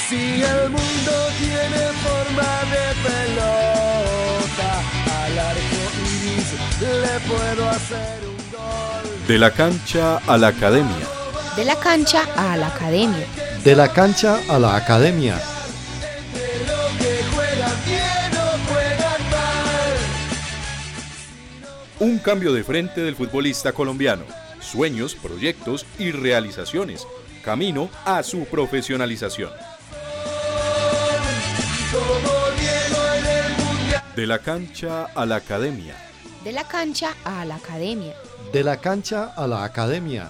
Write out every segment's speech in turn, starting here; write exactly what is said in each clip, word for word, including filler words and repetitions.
Si el mundo tiene forma de pelota, al arco iris le puedo hacer un gol. De la cancha a la academia. De la cancha a la academia. De la cancha a la academia. Entre los que juegan bien o juegan mal. Un cambio de frente del futbolista colombiano. Sueños, proyectos y realizaciones. Camino a su profesionalización. De la cancha a la academia. De la cancha a la academia. De la cancha a la academia.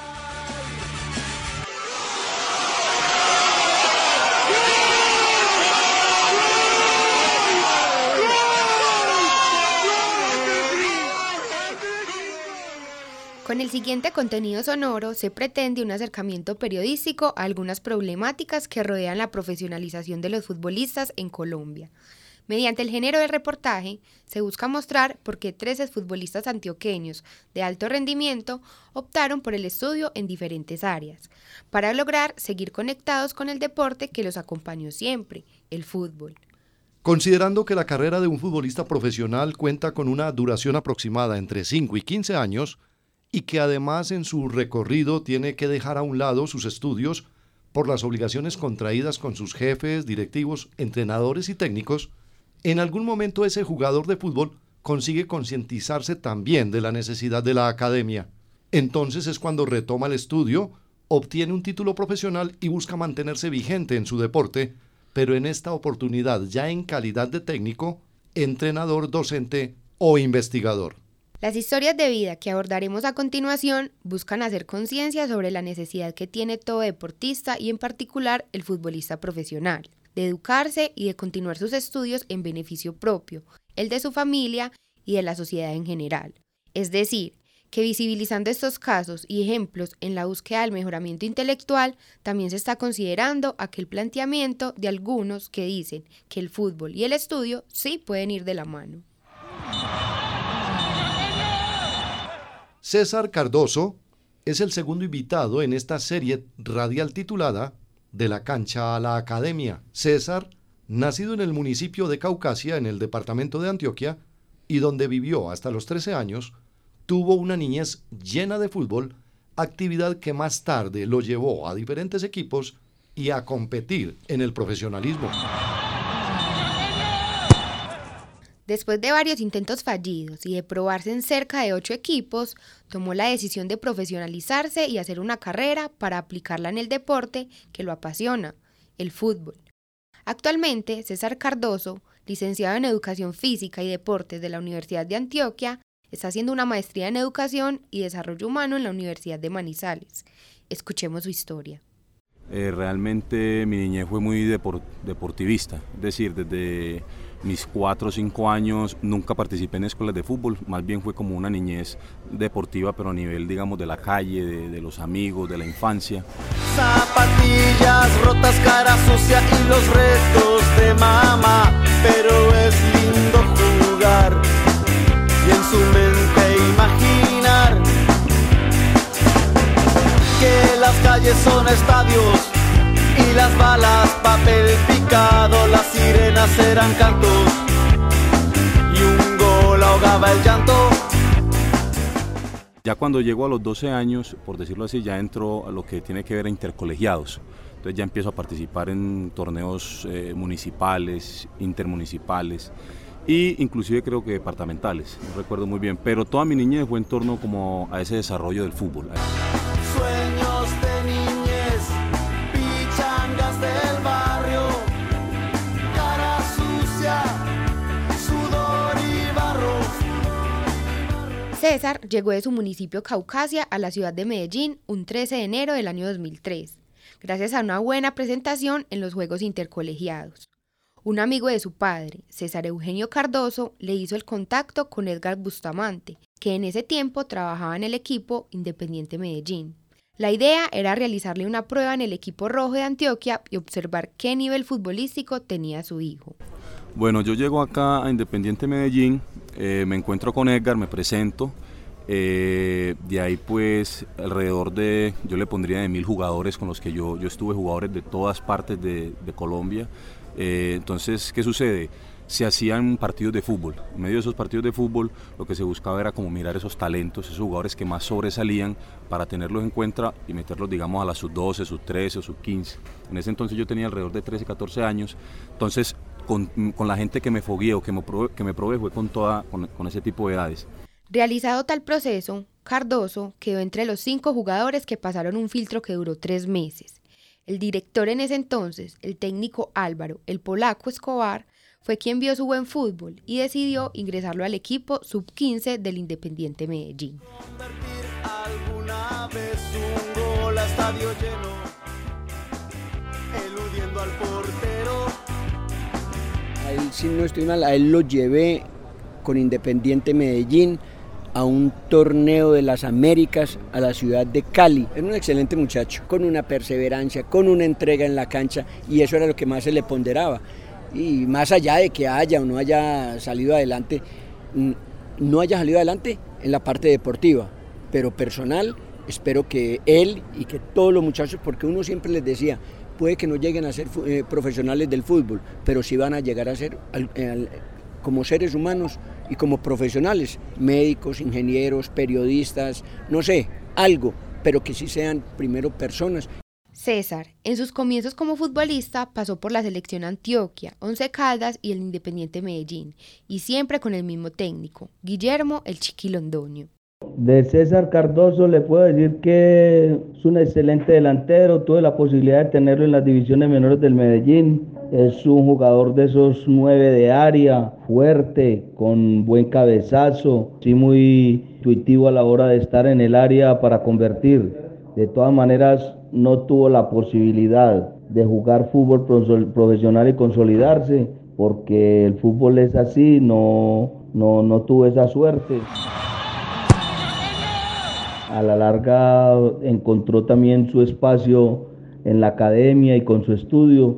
Con el siguiente contenido sonoro se pretende un acercamiento periodístico a algunas problemáticas que rodean la profesionalización de los futbolistas en Colombia. Mediante el género del reportaje, se busca mostrar por qué trece futbolistas antioqueños de alto rendimiento optaron por el estudio en diferentes áreas, para lograr seguir conectados con el deporte que los acompañó siempre, el fútbol. Considerando que la carrera de un futbolista profesional cuenta con una duración aproximada entre cinco y quince años, y que además en su recorrido tiene que dejar a un lado sus estudios por las obligaciones contraídas con sus jefes, directivos, entrenadores y técnicos, en algún momento ese jugador de fútbol consigue concientizarse también de la necesidad de la academia. Entonces es cuando retoma el estudio, obtiene un título profesional y busca mantenerse vigente en su deporte, pero en esta oportunidad ya en calidad de técnico, entrenador, docente o investigador. Las historias de vida que abordaremos a continuación buscan hacer conciencia sobre la necesidad que tiene todo deportista y en particular el futbolista profesional, de educarse y de continuar sus estudios en beneficio propio, el de su familia y de la sociedad en general. Es decir, que visibilizando estos casos y ejemplos en la búsqueda del mejoramiento intelectual, también se está considerando aquel planteamiento de algunos que dicen que el fútbol y el estudio sí pueden ir de la mano. César Cardoso es el segundo invitado en esta serie radial titulada De la cancha a la academia. César, nacido en el municipio de Caucasia, en el departamento de Antioquia, y donde vivió hasta los trece años, tuvo una niñez llena de fútbol, actividad que más tarde lo llevó a diferentes equipos y a competir en el profesionalismo. Después de varios intentos fallidos y de probarse en cerca de ocho equipos, tomó la decisión de profesionalizarse y hacer una carrera para aplicarla en el deporte que lo apasiona, el fútbol. Actualmente, César Cardoso, licenciado en Educación Física y Deportes de la Universidad de Antioquia, está haciendo una maestría en Educación y Desarrollo Humano en la Universidad de Manizales. Escuchemos su historia. Eh, realmente mi niñez fue muy depor- deportivista, es decir, desde mis cuatro o cinco años nunca participé en escuelas de fútbol, más bien fue como una niñez deportiva, pero a nivel, digamos, de la calle, de, de los amigos, de la infancia. Zapatillas rotas, cara sucia y los restos de mamá, pero es lindo jugar y en su mente imaginar que las calles son estadios y las balas papel picado, las sirenas eran cantos y un gol ahogaba el llanto. Ya cuando llego a los doce años, por decirlo así, ya entro a lo que tiene que ver a intercolegiados. Entonces ya empiezo a participar en torneos eh, municipales, intermunicipales e inclusive creo que departamentales, no recuerdo muy bien, pero toda mi niñez fue en torno como a ese desarrollo del fútbol. Sueños de niñez, pichangas del barrio, cara sucia, sudor y barro. César llegó de su municipio Caucasia a la ciudad de Medellín un trece de enero del año dos mil tres, gracias a una buena presentación en los Juegos Intercolegiados. Un amigo de su padre, César Eugenio Cardoso, le hizo el contacto con Edgar Bustamante, que en ese tiempo trabajaba en el equipo Independiente Medellín. La idea era realizarle una prueba en el equipo rojo de Antioquia y observar qué nivel futbolístico tenía su hijo. Bueno, yo llego acá a Independiente Medellín, eh, me encuentro con Edgar, me presento. Eh, de ahí pues alrededor de, yo le pondría de mil jugadores con los que yo, yo estuve, jugadores de todas partes de, de Colombia. Eh, entonces, ¿qué sucede? Se hacían partidos de fútbol. En medio de esos partidos de fútbol lo que se buscaba era como mirar esos talentos, esos jugadores que más sobresalían para tenerlos en cuenta y meterlos, digamos, a la sub doce, sub trece o sub quince. En ese entonces yo tenía alrededor de trece, catorce años, entonces con, con la gente que me fogueé o que me probé, que me probé fue con, toda, con, con ese tipo de edades. Realizado tal proceso, Cardoso quedó entre los cinco jugadores que pasaron un filtro que duró tres meses. El director en ese entonces, el técnico Álvaro, el polaco Escobar, fue quien vio su buen fútbol y decidió ingresarlo al equipo sub quince del Independiente Medellín. Convertir alguna vez un gol a estadio lleno, eludiendo al portero. A él, si no estoy mal, a él lo llevé con Independiente Medellín a un torneo de las Américas a la ciudad de Cali. Era un excelente muchacho, con una perseverancia, con una entrega en la cancha, y eso era lo que más se le ponderaba. Y más allá de que haya o no haya salido adelante, no haya salido adelante en la parte deportiva, pero personal, espero que él y que todos los muchachos, porque uno siempre les decía, puede que no lleguen a ser eh, profesionales del fútbol, pero sí van a llegar a ser al, al, como seres humanos y como profesionales, médicos, ingenieros, periodistas, no sé, algo, pero que sí sean primero personas. César, en sus comienzos como futbolista, pasó por la selección Antioquia, Once Caldas y el Independiente Medellín, y siempre con el mismo técnico, Guillermo el Chiqui Londoño. De César Cardoso le puedo decir que es un excelente delantero, tuve la posibilidad de tenerlo en las divisiones menores del Medellín, es un jugador de esos nueve de área, fuerte, con buen cabezazo, sí muy intuitivo a la hora de estar en el área para convertir. De todas maneras, no tuvo la posibilidad de jugar fútbol profesional y consolidarse, porque el fútbol es así, no, no, no tuvo esa suerte. A la larga encontró también su espacio en la academia y con su estudio,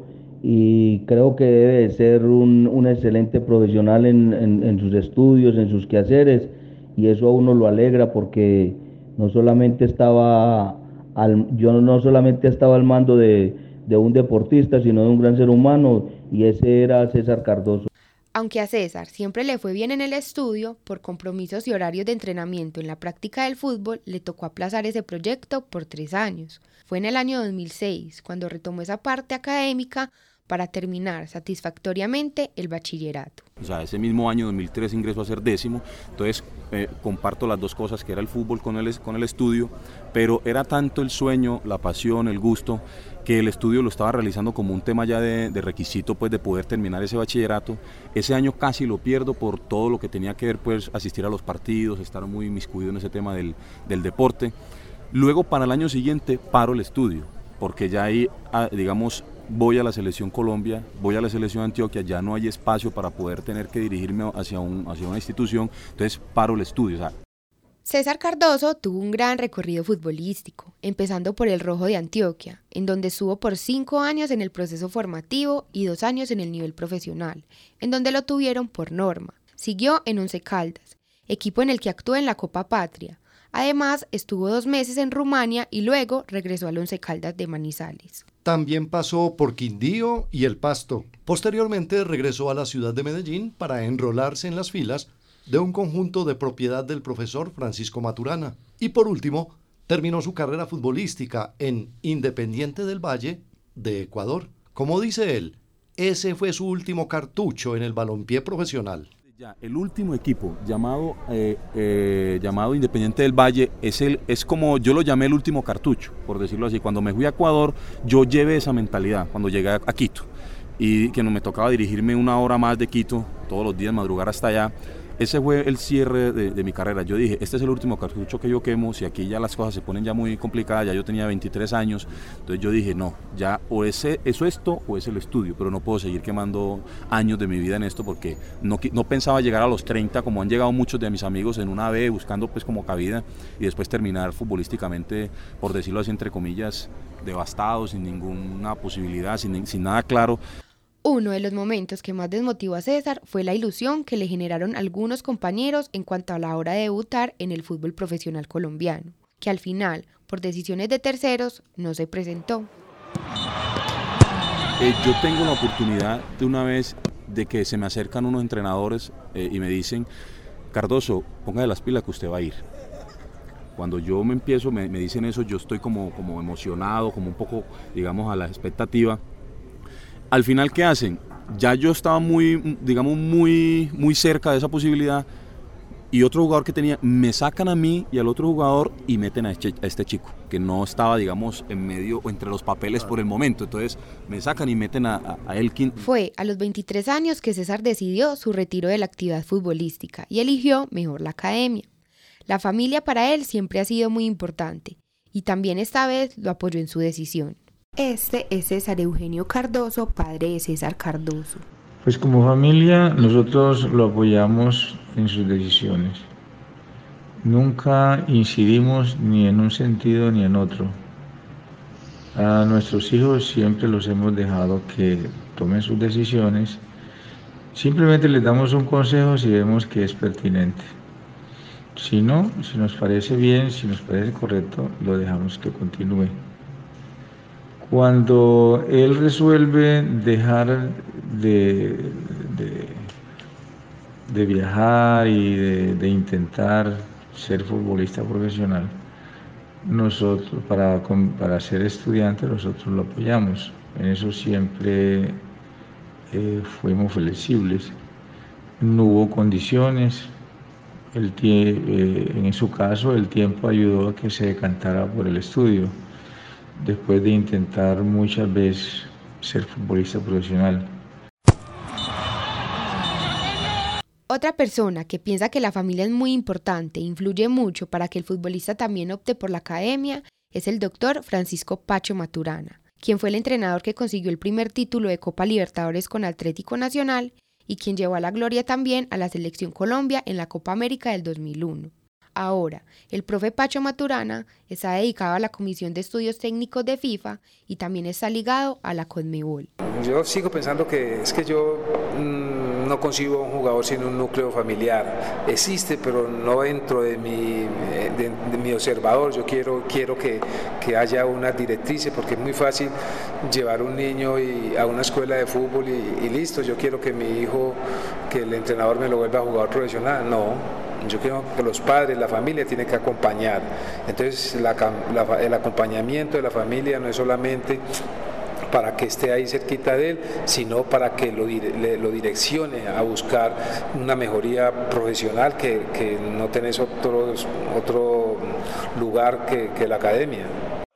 y creo que debe de ser un, un excelente profesional en, en, en sus estudios, en sus quehaceres, y eso a uno lo alegra porque no solamente estaba al, yo no solamente estaba al mando de, de un deportista, sino de un gran ser humano, y ese era César Cardoso. Aunque a César siempre le fue bien en el estudio, por compromisos y horarios de entrenamiento en la práctica del fútbol, le tocó aplazar ese proyecto por tres años. Fue en el año dos mil seis cuando retomó esa parte académica para terminar satisfactoriamente el bachillerato. O sea, ese mismo año, dos mil tres, ingresó a ser décimo, entonces eh, comparto las dos cosas, que era el fútbol con el, con el estudio, pero era tanto el sueño, la pasión, el gusto, que el estudio lo estaba realizando como un tema ya de, de requisito, pues, de poder terminar ese bachillerato. Ese año casi lo pierdo por todo lo que tenía que ver, pues, asistir a los partidos, estar muy inmiscuido en ese tema del, del deporte. Luego, para el año siguiente, paro el estudio, porque ya ahí, digamos, voy a la selección Colombia, voy a la selección Antioquia, ya no hay espacio para poder tener que dirigirme hacia, un, hacia una institución, entonces paro el estudio. O sea, César Cardoso tuvo un gran recorrido futbolístico, empezando por el Rojo de Antioquia, en donde estuvo por cinco años en el proceso formativo y dos años en el nivel profesional, en donde lo tuvieron por norma. Siguió en Once Caldas, equipo en el que actuó en la Copa Patria. Además, estuvo dos meses en Rumania y luego regresó al Once Caldas de Manizales. También pasó por Quindío y El Pasto. Posteriormente regresó a la ciudad de Medellín para enrolarse en las filas de un conjunto de propiedad del profesor Francisco Maturana. Y por último, terminó su carrera futbolística en Independiente del Valle de Ecuador. Como dice él, ese fue su último cartucho en el balompié profesional. Ya, el último equipo llamado, eh, eh, llamado Independiente del Valle es, el, es como yo lo llamé el último cartucho, por decirlo así. Cuando me fui a Ecuador, yo llevé esa mentalidad cuando llegué a, a Quito, y que no me tocaba dirigirme una hora más de Quito, todos los días madrugar hasta allá. Ese fue el cierre de, de mi carrera. Yo dije, este es el último cartucho que yo quemo, si aquí ya las cosas se ponen ya muy complicadas, ya yo tenía veintitrés años, entonces yo dije, no, ya o ese, eso esto o es el estudio, pero no puedo seguir quemando años de mi vida en esto porque no, no pensaba llegar a los treinta, como han llegado muchos de mis amigos en una B, buscando pues como cabida, y después terminar futbolísticamente, por decirlo así, entre comillas, devastado, sin ninguna posibilidad, sin, sin nada claro. Uno de los momentos que más desmotivó a César fue la ilusión que le generaron algunos compañeros en cuanto a la hora de debutar en el fútbol profesional colombiano, que al final, por decisiones de terceros, no se presentó. Eh, yo tengo la oportunidad de una vez de que se me acercan unos entrenadores eh, y me dicen: Cardoso, ponga de las pilas que usted va a ir. Cuando yo me empiezo, me, me dicen eso, yo estoy como, como emocionado, como un poco, digamos, a la expectativa. Al final, ¿qué hacen? Ya yo estaba muy, digamos, muy, muy cerca de esa posibilidad, y otro jugador que tenía, me sacan a mí y al otro jugador y meten a este, a este chico, que no estaba, digamos, en medio o entre los papeles por el momento. Entonces me sacan y meten a, a, a Elkin. Fue a los veintitrés años que César decidió su retiro de la actividad futbolística y eligió mejor la academia. La familia para él siempre ha sido muy importante y también esta vez lo apoyó en su decisión. Este es César Eugenio Cardoso, padre de César Cardoso. Pues como familia nosotros lo apoyamos en sus decisiones. Nunca incidimos ni en un sentido ni en otro. A nuestros hijos siempre los hemos dejado que tomen sus decisiones. Simplemente les damos un consejo si vemos que es pertinente. Si no, si nos parece bien, si nos parece correcto, lo dejamos que continúe. Cuando él resuelve dejar de, de, de viajar y de, de intentar ser futbolista profesional, nosotros, para, para ser estudiante, nosotros lo apoyamos. En eso siempre eh, fuimos flexibles. No hubo condiciones. El tie, eh, en su caso, el tiempo ayudó a que se decantara por el estudio, después de intentar muchas veces ser futbolista profesional. Otra persona que piensa que la familia es muy importante e influye mucho para que el futbolista también opte por la academia es el doctor Francisco Pacho Maturana, quien fue el entrenador que consiguió el primer título de Copa Libertadores con Atlético Nacional y quien llevó a la gloria también a la Selección Colombia en la Copa América del dos mil uno. Ahora, el profe Pacho Maturana está dedicado a la Comisión de Estudios Técnicos de FIFA y también está ligado a la Conmebol. Yo sigo pensando que es que yo mmm, no concibo a un jugador sin un núcleo familiar. Existe, pero no dentro de mi, de, de mi observador. Yo quiero, quiero que, que haya unas directrices, porque es muy fácil llevar un niño y, a una escuela de fútbol y, y listo. Yo quiero que mi hijo, que el entrenador me lo vuelva a jugador profesional. No. Yo creo que los padres, la familia tienen que acompañar. Entonces la, la, el acompañamiento de la familia no es solamente para que esté ahí cerquita de él, sino para que lo, le, lo direccione a buscar una mejoría profesional, que, que no tenés otro, otro lugar que, que la academia.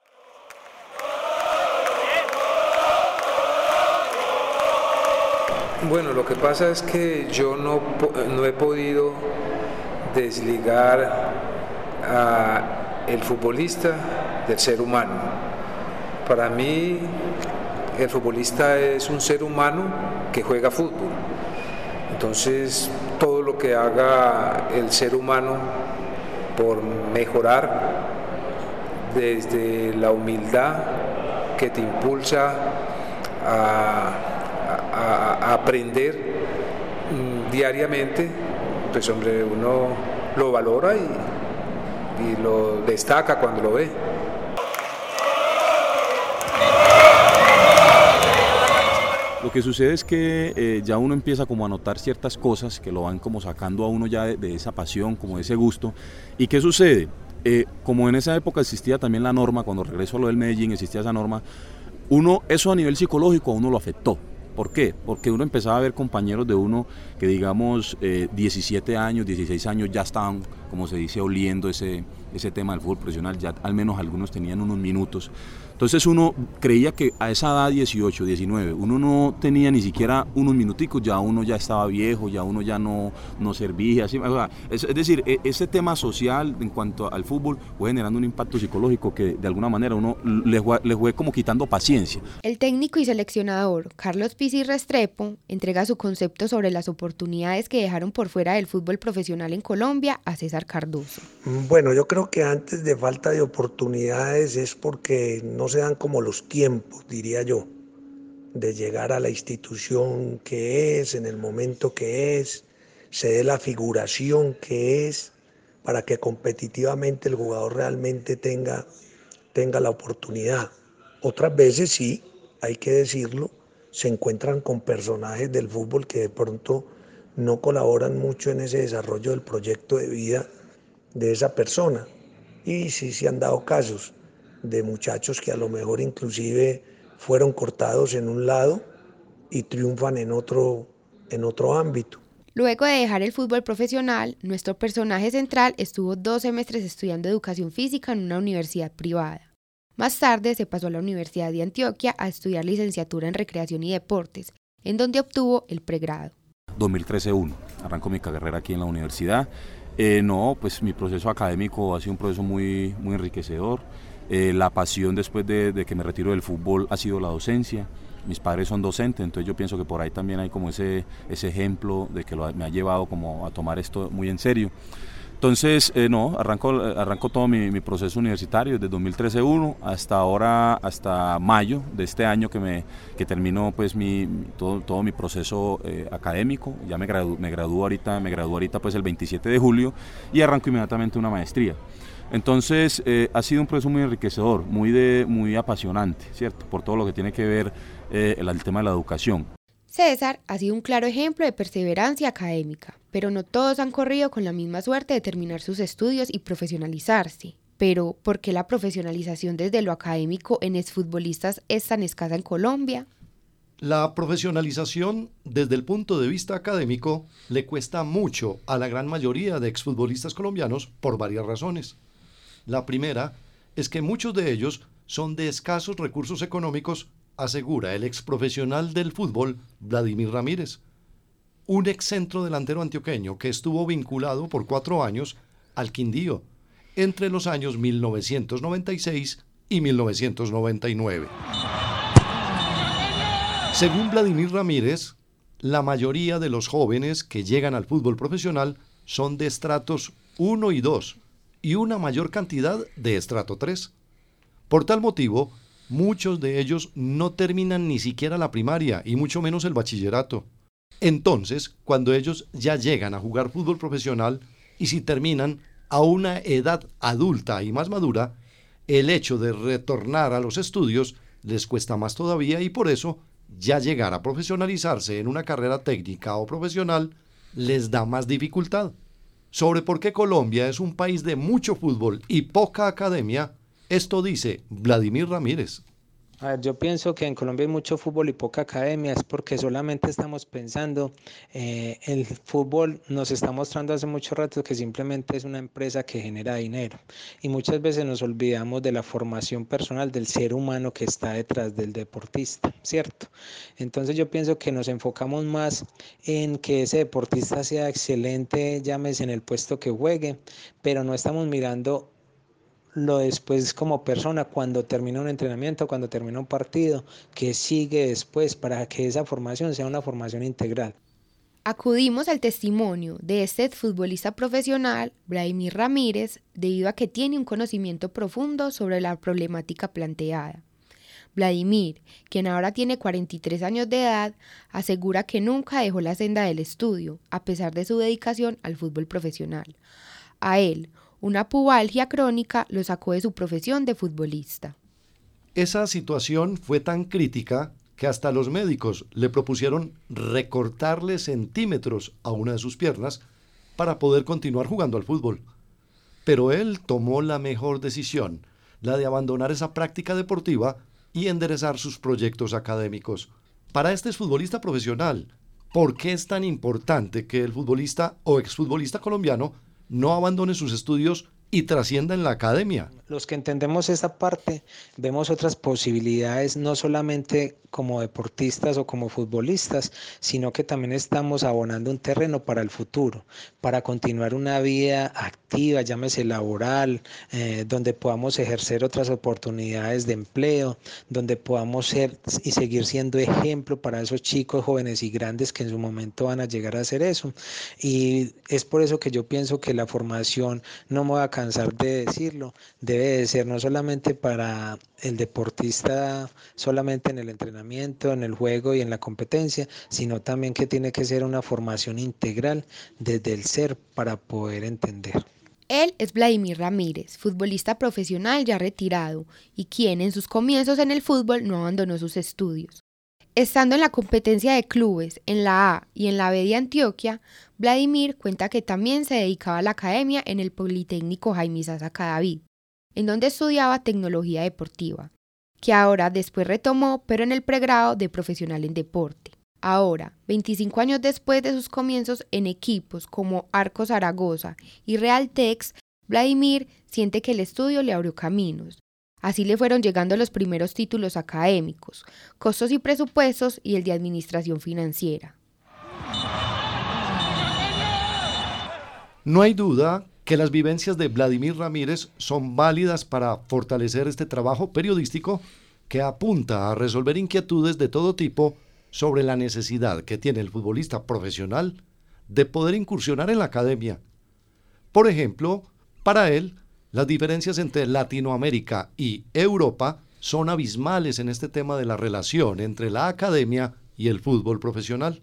Bueno, lo que pasa es que yo no, no he podido desligar a el futbolista del ser humano. Para mí el futbolista es un ser humano que juega fútbol. Entonces todo lo que haga el ser humano por mejorar, desde la humildad que te impulsa a, a, a aprender mm, diariamente, pues hombre, uno lo valora y, y lo destaca cuando lo ve. Lo que sucede es que eh, ya uno empieza como a notar ciertas cosas que lo van como sacando a uno ya de, de esa pasión, como de ese gusto. ¿Y qué sucede? Eh, como en esa época existía también la norma, cuando regreso a lo del Medellín existía esa norma, uno, eso a nivel psicológico a uno lo afectó. ¿Por qué? Porque uno empezaba a ver compañeros de uno que digamos eh, diecisiete años, dieciséis años ya estaban, como se dice, oliendo ese, ese tema del fútbol profesional, ya al menos algunos tenían unos minutos. Entonces uno creía que a esa edad, dieciocho, diecinueve, uno no tenía ni siquiera unos minuticos, ya uno ya estaba viejo, ya uno ya no, no servía. Así, o sea, es, es decir, ese tema social en cuanto al fútbol fue generando un impacto psicológico que de alguna manera uno le fue, le fue como quitando paciencia. El técnico y seleccionador Carlos Pizzi Restrepo entrega su concepto sobre las oportunidades que dejaron por fuera del fútbol profesional en Colombia a César Cardoso. Bueno, yo creo que antes de falta de oportunidades es porque no se dan como los tiempos, diría yo, de llegar a la institución que es, en el momento que es, se dé la figuración que es, para que competitivamente el jugador realmente tenga, tenga la oportunidad. Otras veces sí, hay que decirlo, se encuentran con personajes del fútbol que de pronto no colaboran mucho en ese desarrollo del proyecto de vida de esa persona. Y sí se han dado casos de muchachos que a lo mejor inclusive fueron cortados en un lado y triunfan en otro, en otro ámbito. Luego de dejar el fútbol profesional, nuestro personaje central estuvo dos semestres estudiando educación física en una universidad privada. Más tarde se pasó a la Universidad de Antioquia a estudiar licenciatura en recreación y deportes, en donde obtuvo el pregrado. dos mil trece uno, arranco mi carrera aquí en la universidad. Eh, no, pues mi proceso académico ha sido un proceso muy, muy enriquecedor. Eh, la pasión después de, de que me retiro del fútbol ha sido la docencia. Mis padres son docentes, entonces yo pienso que por ahí también hay como ese, ese ejemplo de que lo, me ha llevado como a tomar esto muy en serio. Entonces, eh, no, arranco, arranco todo mi, mi proceso universitario desde dos mil trece uno hasta ahora, hasta mayo de este año que, me, que termino pues mi, todo, todo mi proceso eh, académico. Ya me gradué, me gradué ahorita, me gradué ahorita pues el veintisiete de julio y arranco inmediatamente una maestría. Entonces, eh, ha sido un proceso muy enriquecedor, muy, de, muy apasionante, ¿cierto? Por todo lo que tiene que ver eh, el, el tema de la educación. César ha sido un claro ejemplo de perseverancia académica, pero no todos han corrido con la misma suerte de terminar sus estudios y profesionalizarse. Pero, ¿por qué la profesionalización desde lo académico en exfutbolistas es tan escasa en Colombia? La profesionalización desde el punto de vista académico le cuesta mucho a la gran mayoría de exfutbolistas colombianos por varias razones. La primera es que muchos de ellos son de escasos recursos económicos, asegura el exprofesional del fútbol Vladimir Ramírez, un ex centro delantero antioqueño que estuvo vinculado por cuatro años al Quindío entre los años mil novecientos noventa y seis y mil novecientos noventa y nueve. Según Vladimir Ramírez, la mayoría de los jóvenes que llegan al fútbol profesional son de estratos uno y dos y una mayor cantidad de estrato tres. Por tal motivo, muchos de ellos no terminan ni siquiera la primaria y mucho menos el bachillerato. Entonces, cuando ellos ya llegan a jugar fútbol profesional y si terminan a una edad adulta y más madura, el hecho de retornar a los estudios les cuesta más todavía y por eso ya llegar a profesionalizarse en una carrera técnica o profesional les da más dificultad. Sobre por qué Colombia es un país de mucho fútbol y poca academia, esto dice Vladimir Ramírez. A ver, yo pienso que en Colombia hay mucho fútbol y poca academia, es porque solamente estamos pensando, eh, el fútbol nos está mostrando hace mucho rato que simplemente es una empresa que genera dinero y muchas veces nos olvidamos de la formación personal del ser humano que está detrás del deportista, ¿cierto? Entonces yo pienso que nos enfocamos más en que ese deportista sea excelente, llámese en el puesto que juegue, pero no estamos mirando lo después como persona, cuando termina un entrenamiento, cuando termina un partido, que sigue después para que esa formación sea una formación integral. Acudimos al testimonio de este futbolista profesional, Vladimir Ramírez, debido a que tiene un conocimiento profundo sobre la problemática planteada. Vladimir, quien ahora tiene cuarenta y tres años de edad, asegura que nunca dejó la senda del estudio, a pesar de su dedicación al fútbol profesional. A él, una pubalgia crónica lo sacó de su profesión de futbolista. Esa situación fue tan crítica que hasta los médicos le propusieron recortarle centímetros a una de sus piernas para poder continuar jugando al fútbol. Pero él tomó la mejor decisión, la de abandonar esa práctica deportiva y enderezar sus proyectos académicos. Para este exfutbolista profesional, ¿por qué es tan importante que el futbolista o exfutbolista colombiano no abandone sus estudios y trascienda en la academia? Los que entendemos esta parte, vemos otras posibilidades, no solamente como deportistas o como futbolistas, sino que también estamos abonando un terreno para el futuro, para continuar una vida activa, llámese laboral, eh, donde podamos ejercer otras oportunidades de empleo, donde podamos ser y seguir siendo ejemplo para esos chicos, jóvenes y grandes que en su momento van a llegar a hacer eso. Y es por eso que yo pienso que la formación no me va a cansar de decirlo, debe de ser no solamente para el deportista, solamente en el entrenamiento, en el juego y en la competencia, sino también que tiene que ser una formación integral desde el ser para poder entender. Él es Vladimir Ramírez, futbolista profesional ya retirado y quien en sus comienzos en el fútbol no abandonó sus estudios. Estando en la competencia de clubes, en la A y en la B de Antioquia, Vladimir cuenta que también se dedicaba a la academia en el Politécnico Jaime Sasa Cadavid, en donde estudiaba tecnología deportiva, que ahora después retomó, pero en el pregrado de profesional en deporte. Ahora, veinticinco años después de sus comienzos en equipos como Arco Zaragoza y Real Tex, Vladimir siente que el estudio le abrió caminos. Así le fueron llegando los primeros títulos académicos, costos y presupuestos y el de administración financiera. No hay duda que las vivencias de Vladimir Ramírez son válidas para fortalecer este trabajo periodístico que apunta a resolver inquietudes de todo tipo sobre la necesidad que tiene el futbolista profesional de poder incursionar en la academia. Por ejemplo, para él, las diferencias entre Latinoamérica y Europa son abismales en este tema de la relación entre la academia y el fútbol profesional.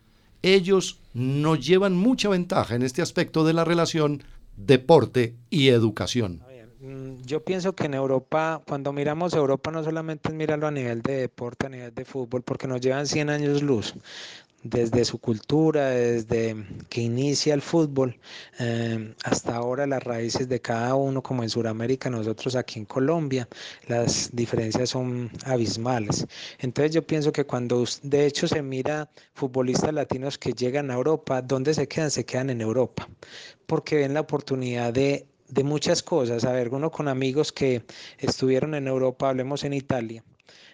Ellos nos llevan mucha ventaja en este aspecto de la relación deporte y educación. Yo pienso que en Europa, cuando miramos Europa, no solamente es mirarlo a nivel de deporte, a nivel de fútbol, porque nos llevan cien años luz. Desde su cultura, desde que inicia el fútbol, eh, hasta ahora las raíces de cada uno, como en Sudamérica, nosotros aquí en Colombia, las diferencias son abismales. Entonces yo pienso que cuando de hecho se mira futbolistas latinos que llegan a Europa, ¿dónde se quedan? Se quedan en Europa, porque ven la oportunidad de, de muchas cosas. A ver, uno con amigos que estuvieron en Europa, hablemos en Italia,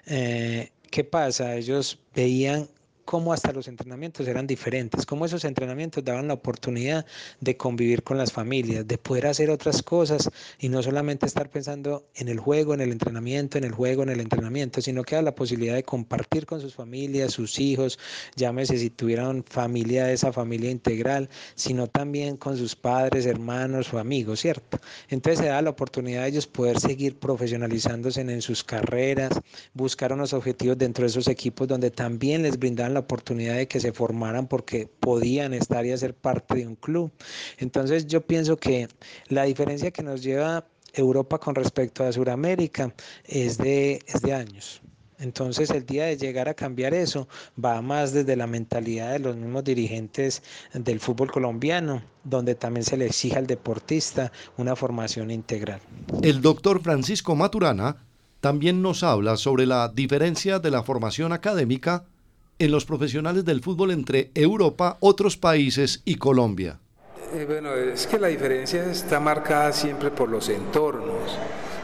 eh, ¿qué pasa? Ellos veían cómo hasta los entrenamientos eran diferentes, cómo esos entrenamientos daban la oportunidad de convivir con las familias, de poder hacer otras cosas y no solamente estar pensando en el juego, en el entrenamiento, en el juego, en el entrenamiento, sino que da la posibilidad de compartir con sus familias, sus hijos, llámese si tuvieran familia, esa familia integral, sino también con sus padres, hermanos o amigos, ¿cierto? Entonces se da la oportunidad de ellos poder seguir profesionalizándose en, en sus carreras, buscar unos objetivos dentro de esos equipos donde también les brindaban la oportunidad de que se formaran porque podían estar y hacer parte de un club. Entonces yo pienso que la diferencia que nos lleva Europa con respecto a Sudamérica es de, es de años. Entonces el día de llegar a cambiar eso va más desde la mentalidad de los mismos dirigentes del fútbol colombiano, donde también se le exige al deportista una formación integral. El doctor Francisco Maturana también nos habla sobre la diferencia de la formación académica en los profesionales del fútbol entre Europa, otros países y Colombia. Eh, bueno, es que la diferencia está marcada siempre por los entornos.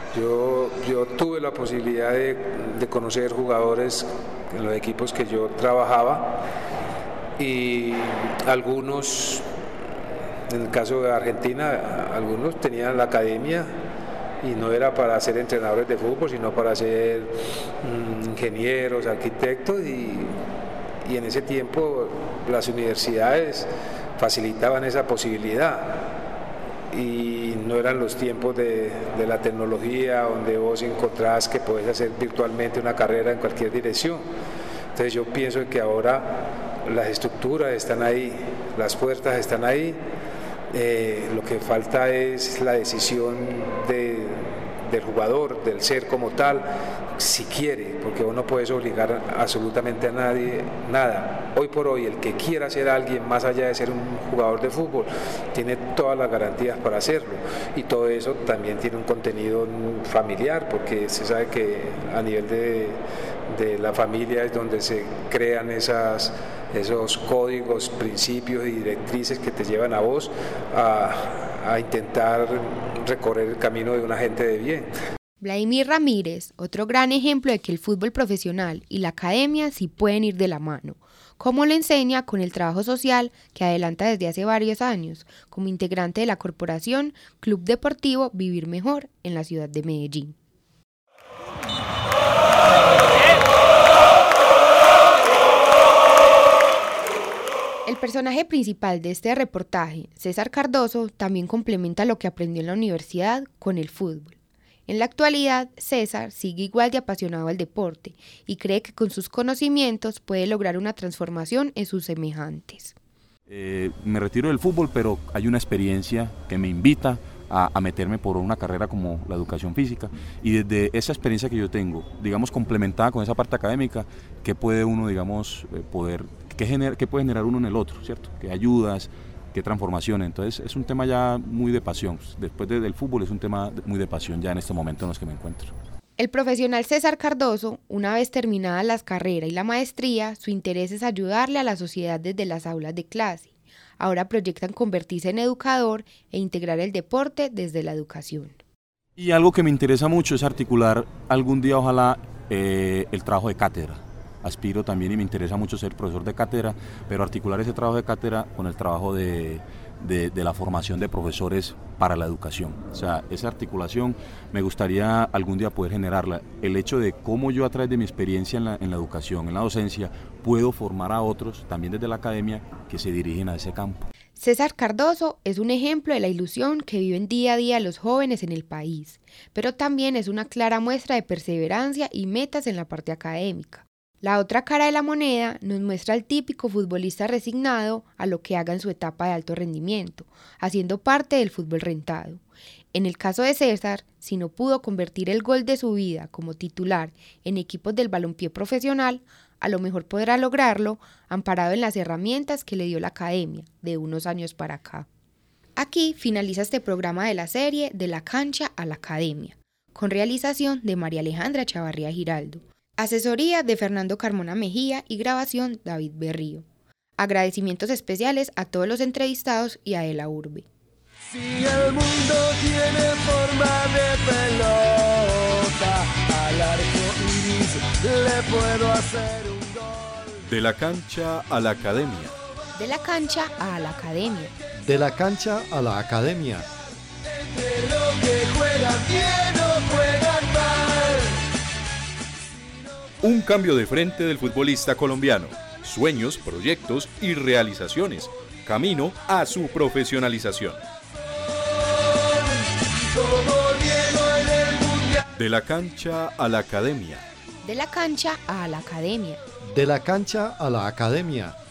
Yo, yo tuve la posibilidad de, de conocer jugadores en los equipos que yo trabajaba y algunos, en el caso de Argentina, algunos tenían la academia y no era para ser entrenadores de fútbol, sino para ser mmm, ingenieros, arquitectos y y en ese tiempo las universidades facilitaban esa posibilidad y no eran los tiempos de, de la tecnología donde vos encontrás que podés hacer virtualmente una carrera en cualquier dirección. Entonces yo pienso que ahora las estructuras están ahí, las puertas están ahí, eh, lo que falta es la decisión de, del jugador, del ser como tal, si quiere, porque vos no puedes obligar absolutamente a nadie, nada. Hoy por hoy, el que quiera ser alguien más allá de ser un jugador de fútbol, tiene todas las garantías para hacerlo. Y todo eso también tiene un contenido familiar, porque se sabe que a nivel de, de la familia es donde se crean esas, esos códigos, principios y directrices que te llevan a vos a, a intentar recorrer el camino de una gente de bien. Vladimir Ramírez, otro gran ejemplo de que el fútbol profesional y la academia sí pueden ir de la mano, como lo enseña con el trabajo social que adelanta desde hace varios años, como integrante de la corporación Club Deportivo Vivir Mejor en la ciudad de Medellín. El El personaje principal de este reportaje, César Cardoso, también complementa lo que aprendió en la universidad con el fútbol. En la actualidad, César sigue igual de apasionado al deporte y cree que con sus conocimientos puede lograr una transformación en sus semejantes. Eh, me retiro del fútbol, pero hay una experiencia que me invita a, a meterme por una carrera como la educación física, y desde esa experiencia que yo tengo, digamos complementada con esa parte académica, ¿qué puede uno, digamos, eh, poder, qué, gener, qué puede generar uno en el otro, ¿cierto? ¿Qué ayudas? ¿Qué transformaciones? Entonces es un tema ya muy de pasión. Después de, del fútbol es un tema muy de pasión ya en este momento en los que me encuentro. El profesional César Cardoso, una vez terminadas las carreras y la maestría, su interés es ayudarle a la sociedad desde las aulas de clase. Ahora proyectan convertirse en educador e integrar el deporte desde la educación. Y algo que me interesa mucho es articular algún día, ojalá, eh, el trabajo de cátedra. Aspiro también y me interesa mucho ser profesor de cátedra, pero articular ese trabajo de cátedra con el trabajo de, de, de la formación de profesores para la educación. O sea, esa articulación me gustaría algún día poder generarla. El hecho de cómo yo a través de mi experiencia en la, en la educación, en la docencia, puedo formar a otros, también desde la academia, que se dirigen a ese campo. César Cardoso es un ejemplo de la ilusión que viven día a día los jóvenes en el país, pero también es una clara muestra de perseverancia y metas en la parte académica. La otra cara de la moneda nos muestra al típico futbolista resignado a lo que haga en su etapa de alto rendimiento, haciendo parte del fútbol rentado. En el caso de César, si no pudo convertir el gol de su vida como titular en equipos del balompié profesional, a lo mejor podrá lograrlo amparado en las herramientas que le dio la academia de unos años para acá. Aquí finaliza este programa de la serie De la cancha a la academia, con realización de María Alejandra Chavarría Giraldo. Asesoría de Fernando Carmona Mejía y grabación David Berrío. Agradecimientos especiales a todos los entrevistados y a Ela Urbe. Si el mundo tiene forma de pelota, al arco iris le puedo hacer un gol. De la cancha a la academia. De la cancha a la academia. De la cancha a la academia. Entre lo que juegan bien o juegan mal. Un cambio de frente del futbolista colombiano. Sueños, proyectos y realizaciones. Camino a su profesionalización. De la cancha a la academia. De la cancha a la academia. De la cancha a la academia.